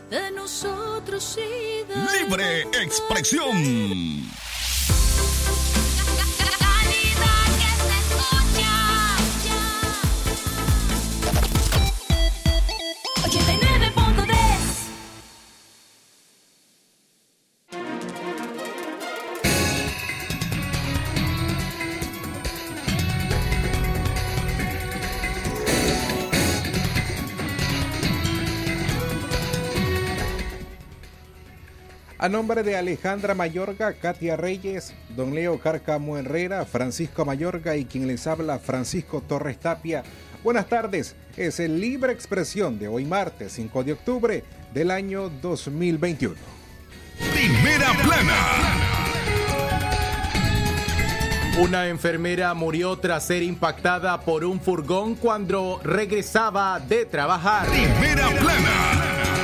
de nosotros y de Libre Expresión. A nombre de Alejandra Mayorga, Katia Reyes, don Leo Cárcamo Herrera, Francisco Mayorga y quien les habla, Francisco Torres Tapia. Buenas tardes, es el Libre Expresión de hoy martes 5 de octubre del año 2021. Primera plana. Una enfermera murió tras ser impactada por un furgón cuando regresaba de trabajar. Primera plana.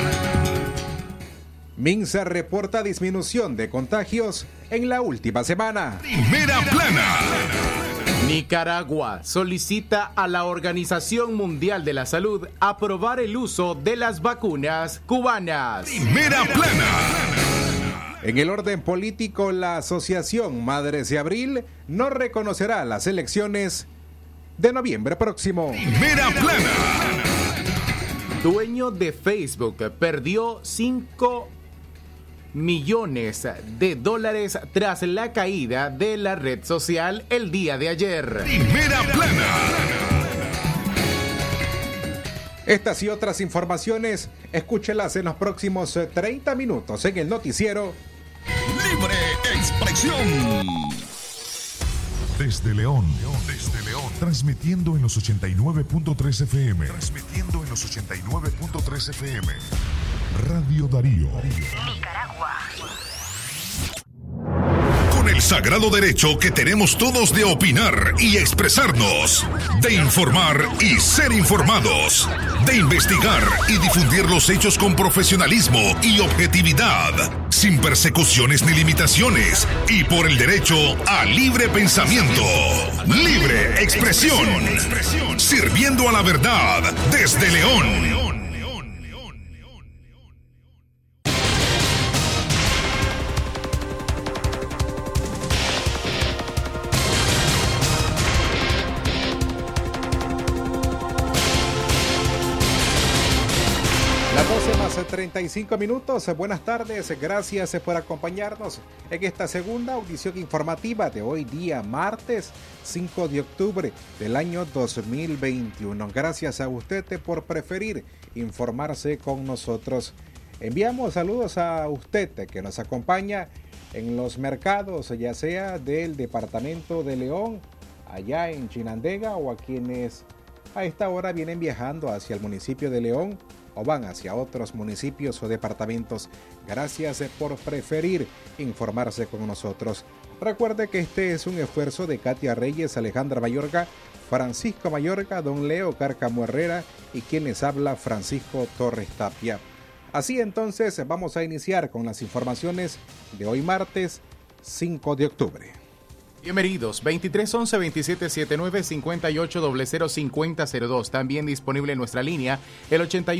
Minsa reporta disminución de contagios en la última semana. Primera plana. Nicaragua solicita a la Organización Mundial de la Salud aprobar el uso de las vacunas cubanas. Primera plana. En el orden político, la Asociación Madres de Abril no reconocerá las elecciones de noviembre próximo. Primera plana. Dueño de Facebook perdió 5 millones de dólares tras la caída de la red social el día de ayer. Primera plana. Estas y otras informaciones, escúchelas en los próximos 30 minutos en el noticiero Libre Expresión. Desde León, transmitiendo en los 89.3 FM. Radio Darío. Nicaragua. Con el sagrado derecho que tenemos todos de opinar y expresarnos, de informar y ser informados, de investigar y difundir los hechos con profesionalismo y objetividad, sin persecuciones ni limitaciones, y por el derecho a libre pensamiento, libre expresión, sirviendo a la verdad desde León. Las 12 más 35 minutos. Buenas tardes, gracias por acompañarnos en esta segunda audición informativa de hoy día martes 5 de octubre del año 2021. Gracias a usted por preferir informarse con nosotros. Enviamos saludos a usted que nos acompaña en los mercados, ya sea del departamento de León, allá en Chinandega, o a quienes a esta hora vienen viajando hacia el municipio de León o van hacia otros municipios o departamentos. Gracias por preferir informarse con nosotros. Recuerde que este es un esfuerzo de Katia Reyes, Alejandra Mayorga, Francisco Mayorga, don Leo Cárcamo Herrera y quien les habla, Francisco Torres Tapia. Así entonces vamos a iniciar con las informaciones de hoy martes 5 de octubre. Bienvenidos, 2311-2779-5800-5002. También disponible en nuestra línea, el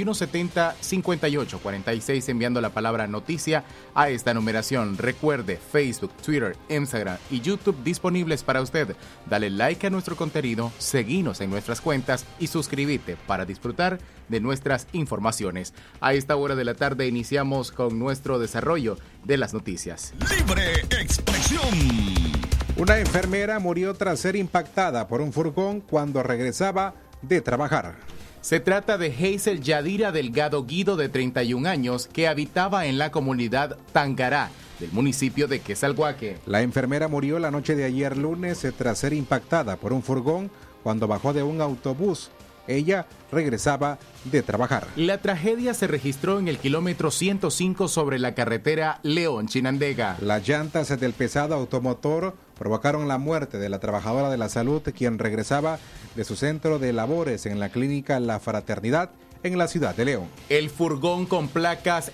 8170-5846, enviando la palabra noticia a esta numeración. Recuerde, Facebook, Twitter, Instagram y YouTube disponibles para usted. Dale like a nuestro contenido, seguinos en nuestras cuentas y suscríbete para disfrutar de nuestras informaciones. A esta hora de la tarde iniciamos con nuestro desarrollo de las noticias. Libre Expresión. Una enfermera murió tras ser impactada por un furgón cuando regresaba de trabajar. Se trata de Hazel Yadira Delgado Guido, de 31 años, que habitaba en la comunidad Tangará del municipio de Quesalhuaque. La enfermera murió la noche de ayer lunes tras ser impactada por un furgón cuando bajó de un autobús. Ella regresaba de trabajar. La tragedia se registró en el kilómetro 105 sobre la carretera León-Chinandega. Las llantas del pesado automotor provocaron la muerte de la trabajadora de la salud, quien regresaba de su centro de labores en la clínica La Fraternidad en la ciudad de León. El furgón con placas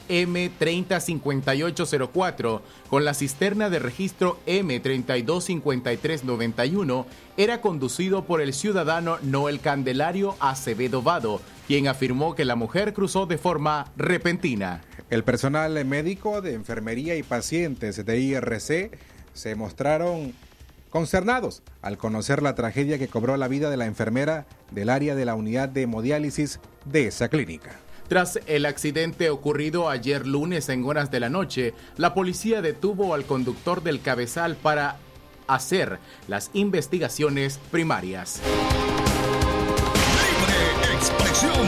M305804 con la cisterna de registro M325391 era conducido por el ciudadano Noel Candelario Acevedo Vado, quien afirmó que la mujer cruzó de forma repentina. El personal médico de enfermería y pacientes de IRC se mostraron consternados al conocer la tragedia que cobró la vida de la enfermera del área de la unidad de hemodiálisis de esa clínica. Tras el accidente ocurrido ayer lunes en horas de la noche, la policía detuvo al conductor del cabezal para hacer las investigaciones primarias. Libre expresión.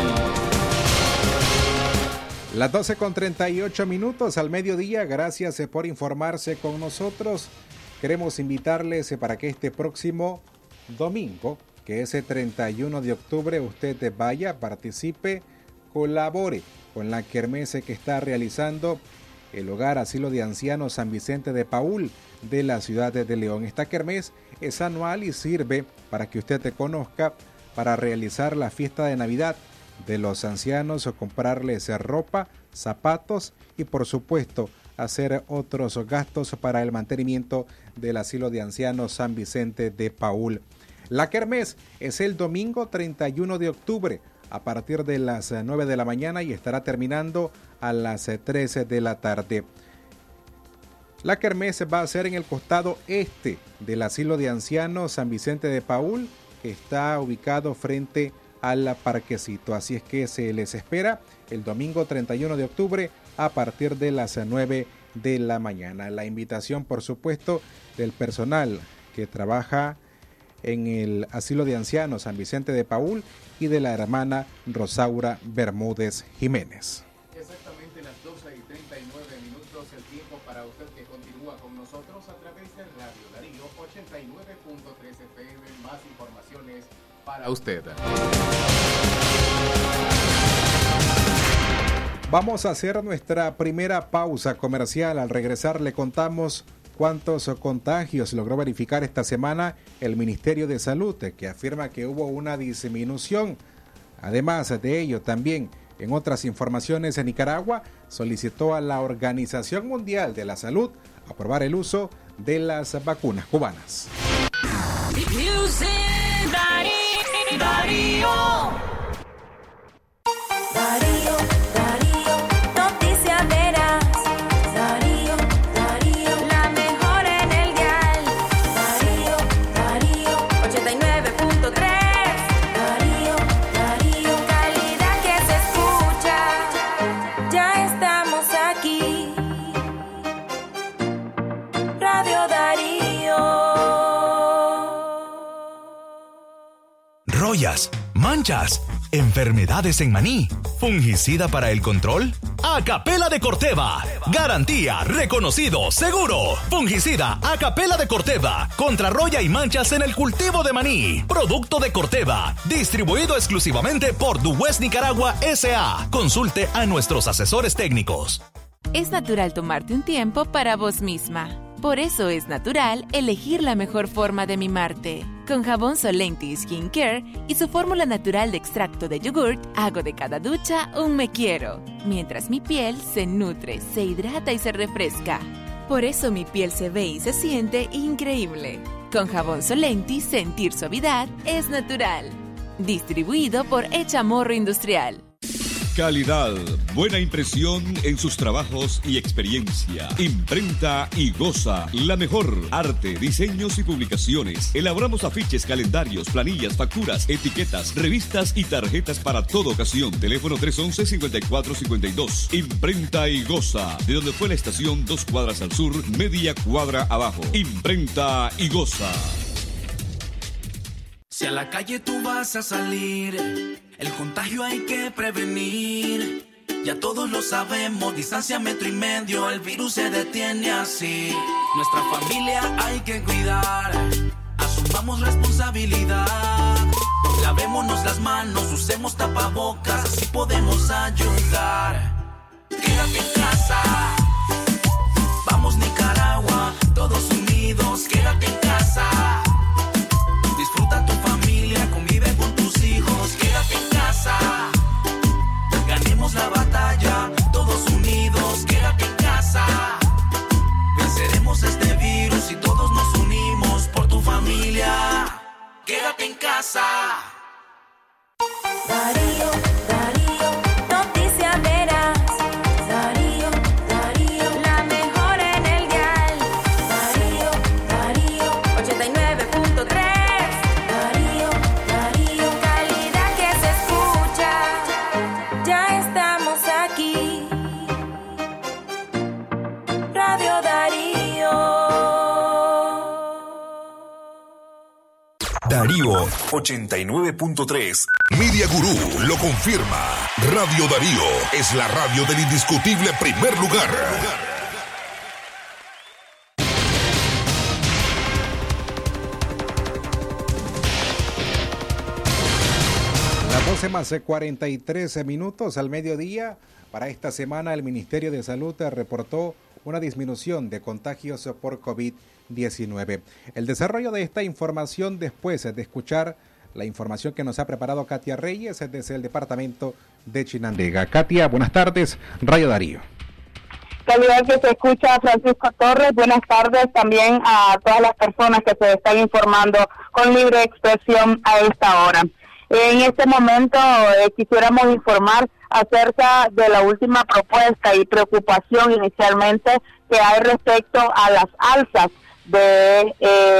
Las 12:38 al mediodía. Gracias por informarse con nosotros. Queremos invitarles para que este próximo domingo, que es el 31 de octubre, usted vaya, participe, colabore con la kermés que está realizando el Hogar Asilo de Ancianos San Vicente de Paúl de la ciudad de León. Esta kermés es anual y sirve para que usted te conozca, para realizar la fiesta de Navidad de los ancianos o comprarles ropa, zapatos y por supuesto hacer otros gastos para el mantenimiento del Asilo de Ancianos San Vicente de Paúl. La kermés es el domingo 31 de octubre a partir de las 9 de la mañana y estará terminando a las 13 de la tarde. La kermés va a ser en el costado este del Asilo de Ancianos San Vicente de Paúl, que está ubicado frente al parquecito. Así es que se les espera el domingo 31 de octubre a partir de las 9 de la mañana. La invitación, por supuesto, del personal que trabaja en el Asilo de Ancianos San Vicente de Paúl y de la hermana Rosaura Bermúdez Jiménez. Exactamente las 12:39, el tiempo para usted que continúa con nosotros a través de Radio Darío 89.3 FM. Más informaciones para usted. Vamos a hacer nuestra primera pausa comercial. Al regresar le contamos cuántos contagios logró verificar esta semana el Ministerio de Salud, que afirma que hubo una disminución. Además de ello, también en otras informaciones, en Nicaragua solicitó a la Organización Mundial de la Salud aprobar el uso de las vacunas cubanas. Noticias veras. Darío, la mejor en el dial. Darío, 89.3. Darío, calidad que se escucha. Ya estamos aquí. Radio Darío. Rollas, manchas, enfermedades en maní, fungicida para el control. Acapela de Corteva, garantía, reconocido, seguro. Fungicida Acapela de Corteva, contra roya y manchas en el cultivo de maní. Producto de Corteva, distribuido exclusivamente por Duwest Nicaragua S.A. Consulte a nuestros asesores técnicos. Es natural tomarte un tiempo para vos misma. Por eso es natural elegir la mejor forma de mimarte. Con jabón Solenti Skin Care y su fórmula natural de extracto de yogurt, hago de cada ducha un me quiero, mientras mi piel se nutre, se hidrata y se refresca. Por eso mi piel se ve y se siente increíble. Con jabón Solenti, sentir suavidad es natural. Distribuido por Echamorro Industrial. Calidad, buena impresión en sus trabajos y experiencia. Imprenta y Goza, la mejor. Arte, diseños y publicaciones. Elaboramos afiches, calendarios, planillas, facturas, etiquetas, revistas y tarjetas para toda ocasión. Teléfono 311-5452. Imprenta y Goza, de donde fue la estación 2 cuadras al sur, media cuadra abajo. Imprenta y Goza. Si a la calle tú vas a salir, el contagio hay que prevenir. Ya todos lo sabemos, distancia 1,5 metros, el virus se detiene así. Nuestra familia hay que cuidar, asumamos responsabilidad. Lavémonos las manos, usemos tapabocas, así podemos ayudar. Quédate en casa, vamos Nicaragua, todos unidos, quédate en casa. Disfruta tu familia, convive con tus hijos, quédate en casa. Ganemos la batalla, todos unidos, quédate en casa. Venceremos este virus y todos nos unimos por tu familia. Quédate en casa. Darío, noticias veras. Darío 89.3. Media Gurú lo confirma. Radio Darío es la radio del indiscutible primer lugar. Las 12 más 43 minutos al mediodía. Para esta semana, el Ministerio de Salud reportó una disminución de contagios por COVID-19. El desarrollo de esta información después de escuchar la información que nos ha preparado Katia Reyes desde el departamento de Chinandega. Katia, buenas tardes, Radio Darío. Calidad que se escucha, Francisco Torres. Buenas tardes también a todas las personas que se están informando con libre expresión a esta hora. En este momento quisiéramos informar acerca de la última propuesta y preocupación inicialmente que hay respecto a las alzas del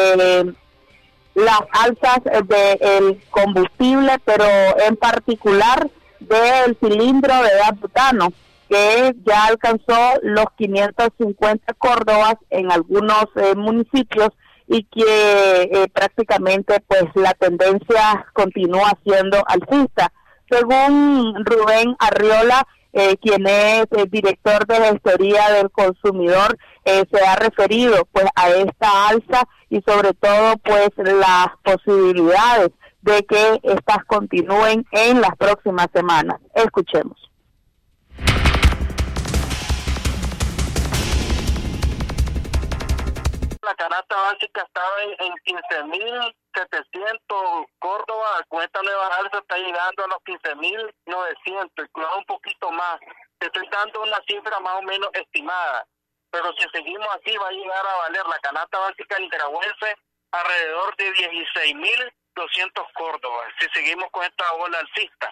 combustible, pero en particular del cilindro de gas butano, que ya alcanzó los 550 córdobas en algunos municipios y que prácticamente pues la tendencia continúa siendo alcista. Según Rubén Arriola, quien es el director de gestoría del consumidor, se ha referido pues a esta alza y sobre todo pues las posibilidades de que estas continúen en las próximas semanas. Escuchemos. La canasta básica estaba en 15.700 Córdoba, con esta nueva alza está llegando a los 15.900, incluso un poquito más. Te estoy dando una cifra más o menos estimada, pero si seguimos así va a llegar a valer la canasta básica nicaragüense alrededor de 16.200 Córdoba, si seguimos con esta ola alcista.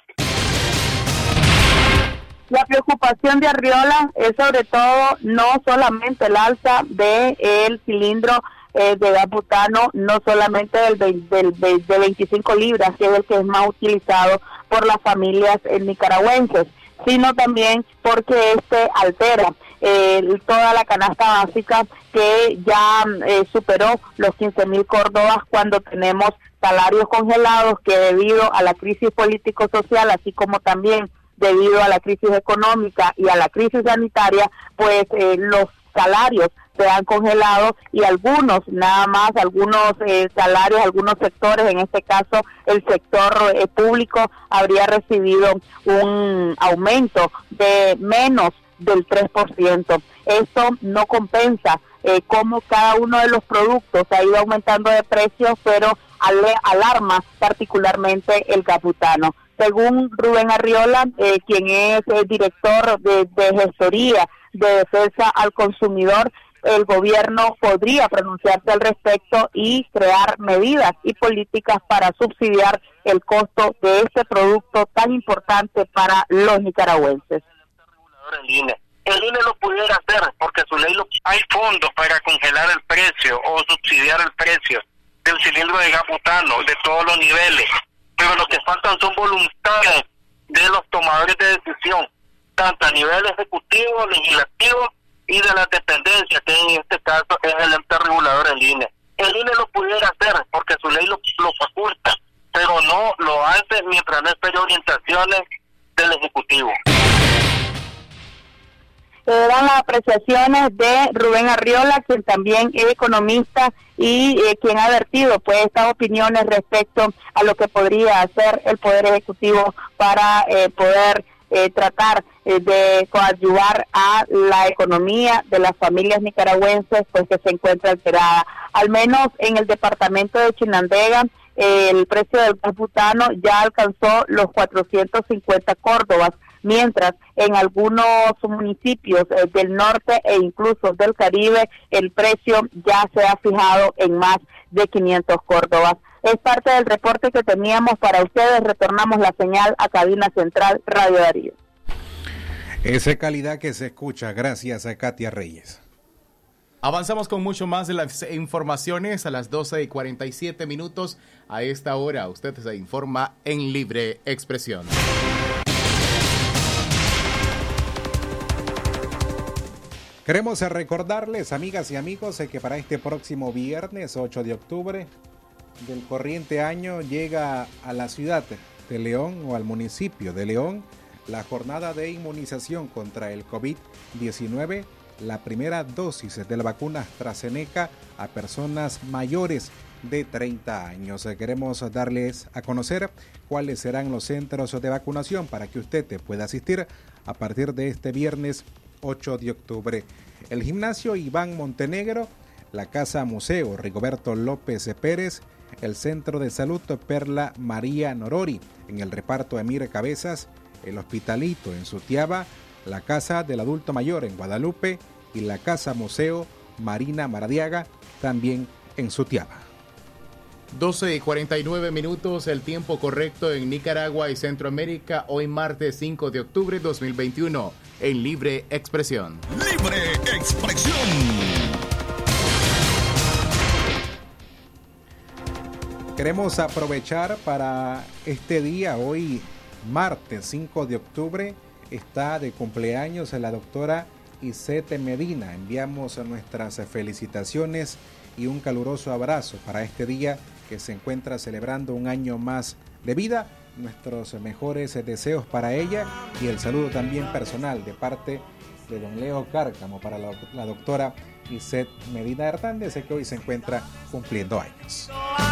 La preocupación de Arriola es sobre todo no solamente el alza del cilindro de gas butano, no solamente de 25 libras, que es el que es más utilizado por las familias nicaragüenses, sino también porque este altera toda la canasta básica que ya superó los 15.000 córdobas cuando tenemos salarios congelados que debido a la crisis político-social, así como también debido a la crisis económica y a la crisis sanitaria, pues los salarios se han congelado y algunos salarios, algunos sectores, en este caso el sector público, habría recibido un aumento de menos del 3%. Esto no compensa cómo cada uno de los productos ha ido aumentando de precios, pero alarma particularmente el gas butano. Según Rubén Arriola, quien es el director de gestoría de defensa al consumidor, el gobierno podría pronunciarse al respecto y crear medidas y políticas para subsidiar el costo de este producto tan importante para los nicaragüenses. El INE lo pudiera hacer porque su ley hay fondos para congelar el precio o subsidiar el precio del cilindro de gas butano de todos los niveles. Pero lo que faltan son voluntades de los tomadores de decisión, tanto a nivel ejecutivo, legislativo y de las dependencias, que en este caso es el ente regulador, el INE. El INE lo pudiera hacer porque su ley lo faculta, pero no lo hace mientras no espere orientaciones del Ejecutivo. Dan las apreciaciones de Rubén Arriola, quien también es economista y quien ha vertido pues estas opiniones respecto a lo que podría hacer el Poder Ejecutivo para poder tratar de coadyuvar a la economía de las familias nicaragüenses pues que se encuentra alterada. Al menos en el departamento de Chinandega, el precio del gas butano ya alcanzó los 450 córdobas, mientras en algunos municipios del norte e incluso del Caribe el precio ya se ha fijado en más de 500 córdobas. Es parte del reporte que teníamos para ustedes. Retornamos la señal a cabina central Radio Darío. Esa calidad que se escucha. Gracias a Katia Reyes. Avanzamos con mucho más de las informaciones a las 12:47 minutos. A esta hora usted se informa en Libre Expresión. Queremos recordarles, amigas y amigos, que para este próximo viernes 8 de octubre del corriente año llega a la ciudad de León o al municipio de León la jornada de inmunización contra el COVID-19, la primera dosis de la vacuna AstraZeneca a personas mayores de 30 años. Queremos darles a conocer cuáles serán los centros de vacunación para que usted pueda asistir a partir de este viernes 8 de octubre. El gimnasio Iván Montenegro, la Casa Museo Rigoberto López Pérez, el Centro de Salud Perla María Norori, en el reparto Emir Cabezas, el Hospitalito en Sutiaba, la Casa del Adulto Mayor en Guadalupe y la Casa Museo Marina Maradiaga, también en Sutiaba. 12:49, el tiempo correcto en Nicaragua y Centroamérica, hoy martes 5 de octubre 2021, en Libre Expresión. Libre Expresión. Queremos aprovechar para este día, hoy martes 5 de octubre, está de cumpleaños la doctora Isete Medina. Enviamos nuestras felicitaciones y un caluroso abrazo para este día que se encuentra celebrando un año más de vida. Nuestros mejores deseos para ella y el saludo también personal de parte de don Leo Cárcamo para la doctora Isete Medina Hernández, que hoy se encuenra cumpliendo años.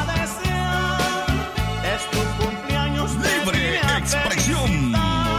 Libre Expresión.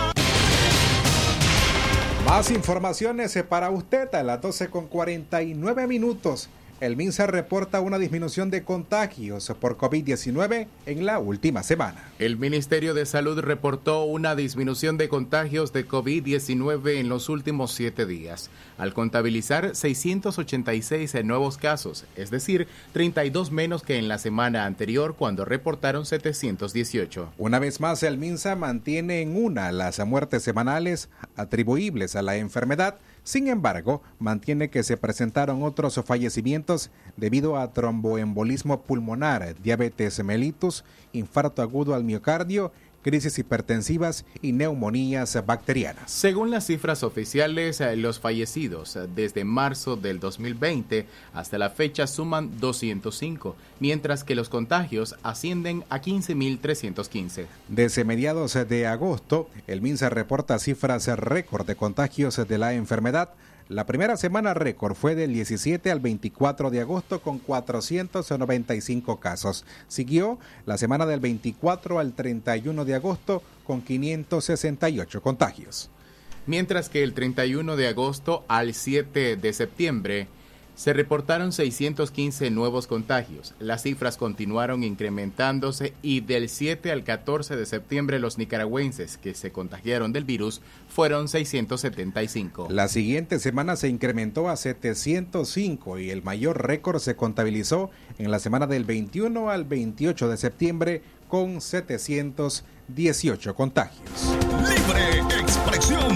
Más informaciones para usted a las 12:49. El MINSA reporta una disminución de contagios por COVID-19 en la última semana. El Ministerio de Salud reportó una disminución de contagios de COVID-19 en los últimos 7 días, al contabilizar 686 nuevos casos, es decir, 32 menos que en la semana anterior cuando reportaron 718. Una vez más, el MINSA mantiene en una las muertes semanales atribuibles a la enfermedad. Sin embargo, mantiene que se presentaron otros fallecimientos debido a tromboembolismo pulmonar, diabetes mellitus, infarto agudo al miocardio, crisis hipertensivas y neumonías bacterianas. Según las cifras oficiales, los fallecidos desde marzo del 2020 hasta la fecha suman 205, mientras que los contagios ascienden a 15.315. Desde mediados de agosto, el MINSA reporta cifras récord de contagios de la enfermedad. La primera semana récord fue del 17 al 24 de agosto con 495 casos. Siguió la semana del 24 al 31 de agosto con 568 contagios. Mientras que el 31 de agosto al 7 de septiembre se reportaron 615 nuevos contagios. Las cifras continuaron incrementándose y del 7 al 14 de septiembre los nicaragüenses que se contagiaron del virus fueron 675. La siguiente semana se incrementó a 705 y el mayor récord se contabilizó en la semana del 21 al 28 de septiembre con 718 contagios. Libre Expresión.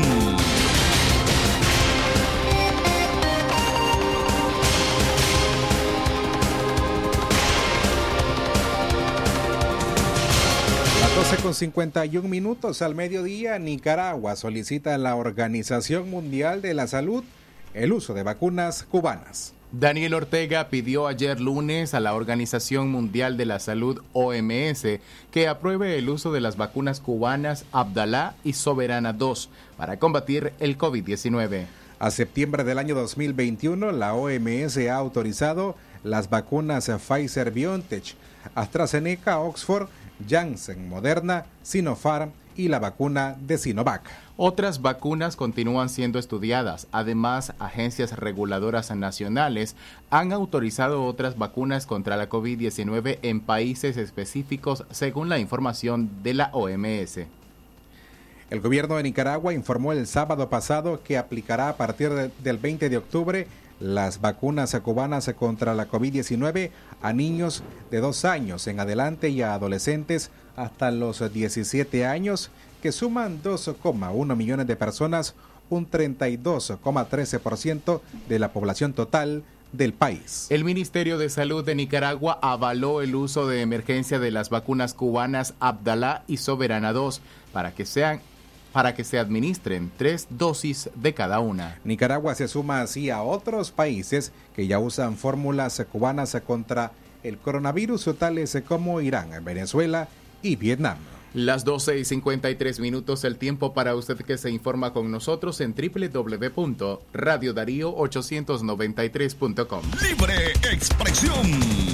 Con 51 minutos al mediodía, Nicaragua solicita a la Organización Mundial de la Salud el uso de vacunas cubanas. Daniel Ortega pidió ayer lunes a la Organización Mundial de la Salud, OMS, que apruebe el uso de las vacunas cubanas Abdalá y Soberana 2 para combatir el COVID-19. A septiembre del año 2021, la OMS ha autorizado las vacunas Pfizer-BioNTech, AstraZeneca, Oxford, Janssen, Moderna, Sinopharm y la vacuna de Sinovac. Otras vacunas continúan siendo estudiadas. Además, agencias reguladoras nacionales han autorizado otras vacunas contra la COVID-19 en países específicos, según la información de la OMS. El gobierno de Nicaragua informó el sábado pasado que aplicará a partir del 20 de octubre las vacunas cubanas contra la COVID-19 a niños de 2 años en adelante y a adolescentes hasta los 17 años, que suman 2,1 millones de personas, un 32,13% de la población total del país. El Ministerio de Salud de Nicaragua avaló el uso de emergencia de las vacunas cubanas Abdalá y Soberana 2 para que se administren 3 dosis de cada una. Nicaragua se suma así a otros países que ya usan fórmulas cubanas contra el coronavirus, tales como Irán, Venezuela y Vietnam. Las 12:53, el tiempo para usted que se informa con nosotros en www.radiodarío893.com. Libre expresión.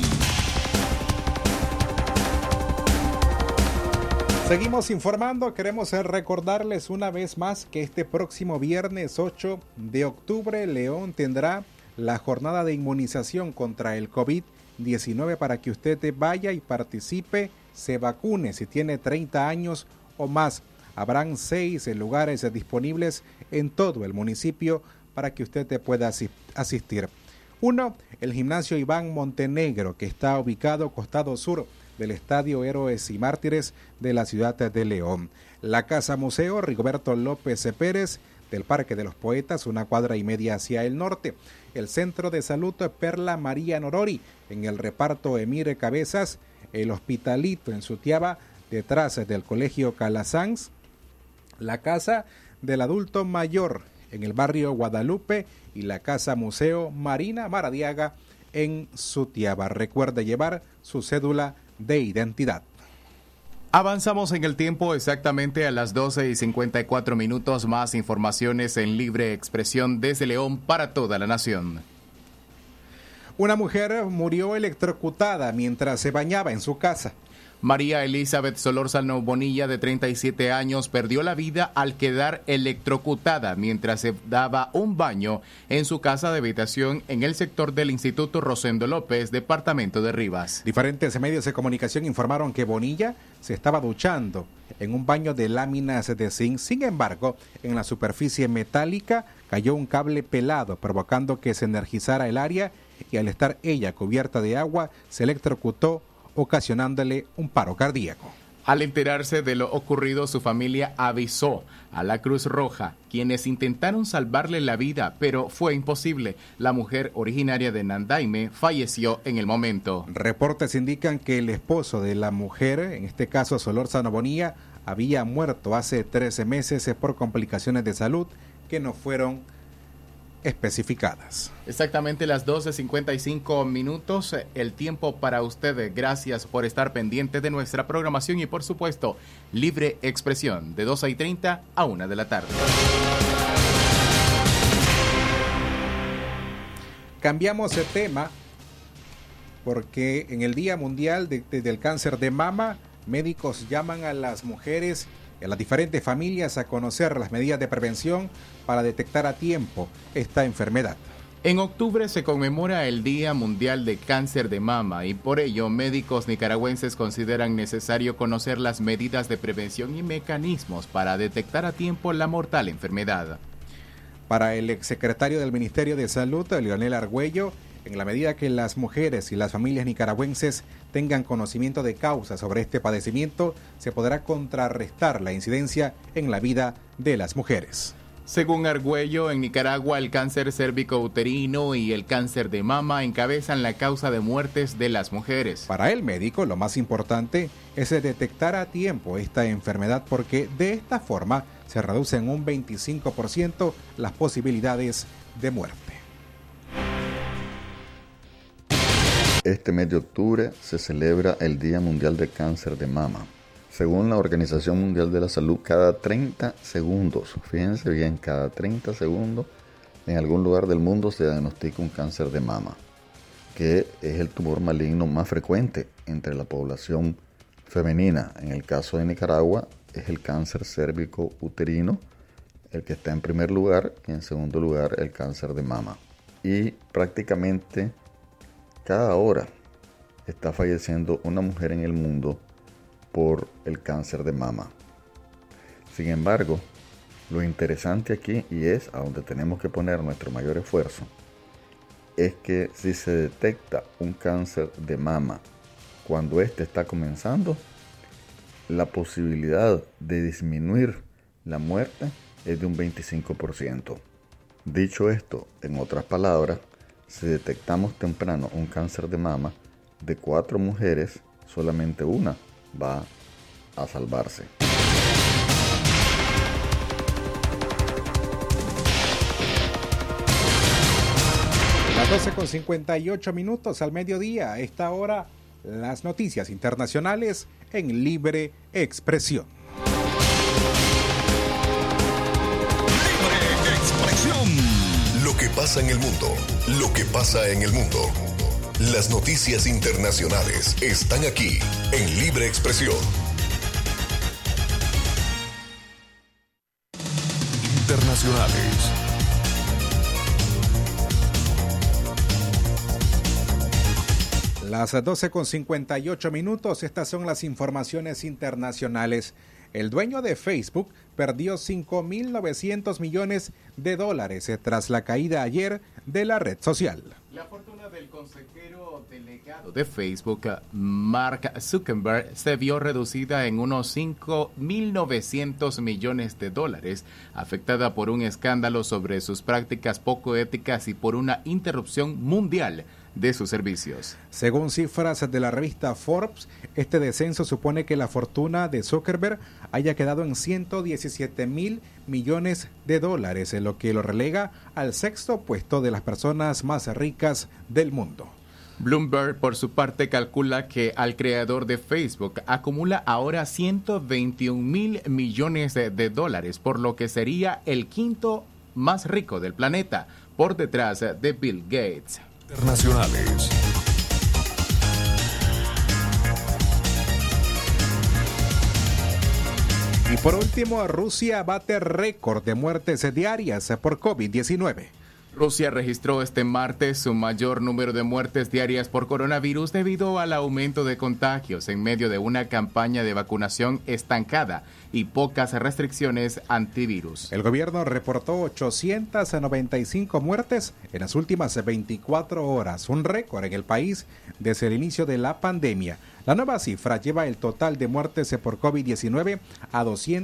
Seguimos informando, queremos recordarles una vez más que este próximo viernes 8 de octubre León tendrá la jornada de inmunización contra el COVID-19 para que usted vaya y participe, se vacune si tiene 30 años o más. Habrán 6 lugares disponibles en todo el municipio para que usted pueda asistir. 1, el gimnasio Iván Montenegro, que está ubicado costado sur del Estadio Héroes y Mártires de la ciudad de León. La Casa Museo Rigoberto López Pérez del Parque de los Poetas, 1,5 cuadras hacia el norte. El Centro de Salud Perla María Norori, en el reparto Emire Cabezas. El Hospitalito en Sutiaba, detrás del Colegio Calasanz. La Casa del Adulto Mayor en el barrio Guadalupe y la Casa Museo Marina Maradiaga en Sutiaba. Recuerde llevar su cédula de identidad. Avanzamos en el tiempo exactamente a las 12:54. Más informaciones en Libre Expresión desde León para toda la nación. Una mujer murió electrocutada mientras se bañaba en su casa. María Elizabeth Solórzano Bonilla, de 37 años, perdió la vida al quedar electrocutada mientras se daba un baño en su casa de habitación en el sector del Instituto Rosendo López, departamento de Rivas. Diferentes medios de comunicación informaron que Bonilla se estaba duchando en un baño de láminas de zinc. Sin embargo, en la superficie metálica cayó un cable pelado, provocando que se energizara el área, y al estar ella cubierta de agua, se electrocutó, ocasionándole un paro cardíaco. Al enterarse de lo ocurrido, su familia avisó a la Cruz Roja, quienes intentaron salvarle la vida, pero fue imposible. La mujer, originaria de Nandaime, falleció en el momento. Reportes indican que el esposo de la mujer, en este caso Solórzano Bonilla, había muerto hace 13 meses por complicaciones de salud que no fueron especificadas. Exactamente las 12:55, el tiempo para usted. Gracias por estar pendiente de nuestra programación y, por supuesto, Libre Expresión, de 12:30 a 1 de la tarde. Cambiamos de tema porque en el Día Mundial del Cáncer de Mama, médicos llaman a las mujeres y a las diferentes familias a conocer las medidas de prevención para detectar a tiempo esta enfermedad. En octubre se conmemora el Día Mundial de Cáncer de Mama y por ello médicos nicaragüenses consideran necesario conocer las medidas de prevención y mecanismos para detectar a tiempo la mortal enfermedad. Para el exsecretario del Ministerio de Salud, Leonel Argüello, en la medida que las mujeres y las familias nicaragüenses tengan conocimiento de causa sobre este padecimiento, se podrá contrarrestar la incidencia en la vida de las mujeres. Según Argüello, en Nicaragua el cáncer cérvico-uterino y el cáncer de mama encabezan la causa de muertes de las mujeres. Para el médico, lo más importante es detectar a tiempo esta enfermedad, porque de esta forma se reducen un 25% las posibilidades de muerte. Este mes de octubre se celebra el Día Mundial de Cáncer de Mama. Según la Organización Mundial de la Salud, cada 30 segundos, fíjense bien, cada 30 segundos en algún lugar del mundo se diagnostica un cáncer de mama, que es el tumor maligno más frecuente entre la población femenina. En el caso de Nicaragua es el cáncer cérvico-uterino el que está en primer lugar, y en segundo lugar el cáncer de mama. Y prácticamente cada hora está falleciendo una mujer en el mundo por el cáncer de mama. Sin embargo, lo interesante aquí, y es a donde tenemos que poner nuestro mayor esfuerzo, es que si se detecta un cáncer de mama cuando éste está comenzando, la posibilidad de disminuir la muerte es de un 25%. Dicho esto, en otras palabras, si detectamos temprano un cáncer de mama, de 4 mujeres, solamente una va a salvarse. Las 12:58 al mediodía. A esta hora, las noticias internacionales en Libre Expresión. Libre Expresión. Lo que pasa en el mundo. Lo que pasa en el mundo. Las noticias internacionales están aquí en Libre Expresión. Internacionales. Las 12:58, estas son las informaciones internacionales. El dueño de Facebook perdió $5.900 millones tras la caída ayer de la red social. La fortuna del consejero delegado de Facebook, Mark Zuckerberg, se vio reducida en unos $5.900 millones, afectada por un escándalo sobre sus prácticas poco éticas y por una interrupción mundial de sus servicios. Según cifras de la revista Forbes, este descenso supone que la fortuna de Zuckerberg haya quedado en $117.000 millones, en lo que lo relega al sexto puesto de las personas más ricas del mundo. Bloomberg, por su parte, calcula que al creador de Facebook acumula ahora $121.000 millones, por lo que sería el quinto más rico del planeta, por detrás de Bill Gates. Internacionales. Y por último, Rusia bate récord de muertes diarias por COVID-19. Rusia registró este martes su mayor número de muertes diarias por coronavirus debido al aumento de contagios en medio de una campaña de vacunación estancada y pocas restricciones antivirus. El gobierno reportó 895 muertes en las últimas 24 horas, un récord en el país desde el inicio de la pandemia. La nueva cifra lleva el total de muertes por COVID-19 a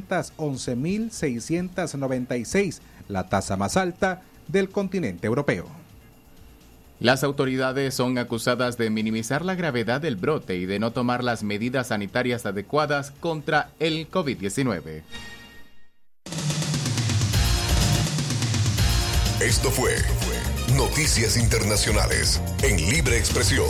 211.696, la tasa más alta del continente europeo. Las autoridades son acusadas de minimizar la gravedad del brote y de no tomar las medidas sanitarias adecuadas contra el COVID-19. Esto fue Noticias Internacionales en Libre Expresión.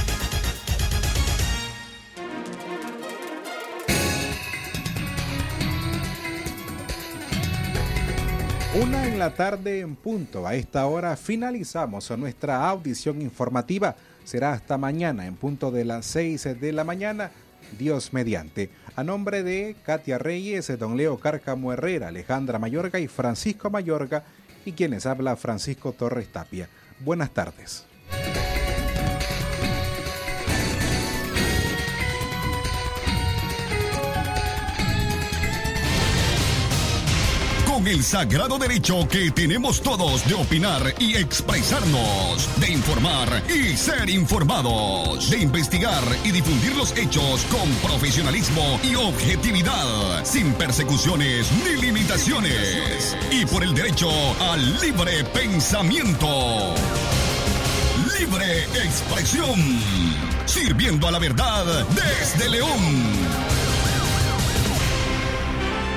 Una en la tarde en punto. A esta hora finalizamos nuestra audición informativa. Será hasta mañana en punto de las 6 de la mañana, Dios mediante. A nombre de Katia Reyes, don Leo Cárcamo Herrera, Alejandra Mayorga y Francisco Mayorga, y quienes habla Francisco Torres Tapia. Buenas tardes. Con el sagrado derecho que tenemos todos de opinar y expresarnos, de informar y ser informados, de investigar y difundir los hechos con profesionalismo y objetividad, sin persecuciones ni limitaciones, y por el derecho al libre pensamiento. Libre expresión, sirviendo a la verdad desde León.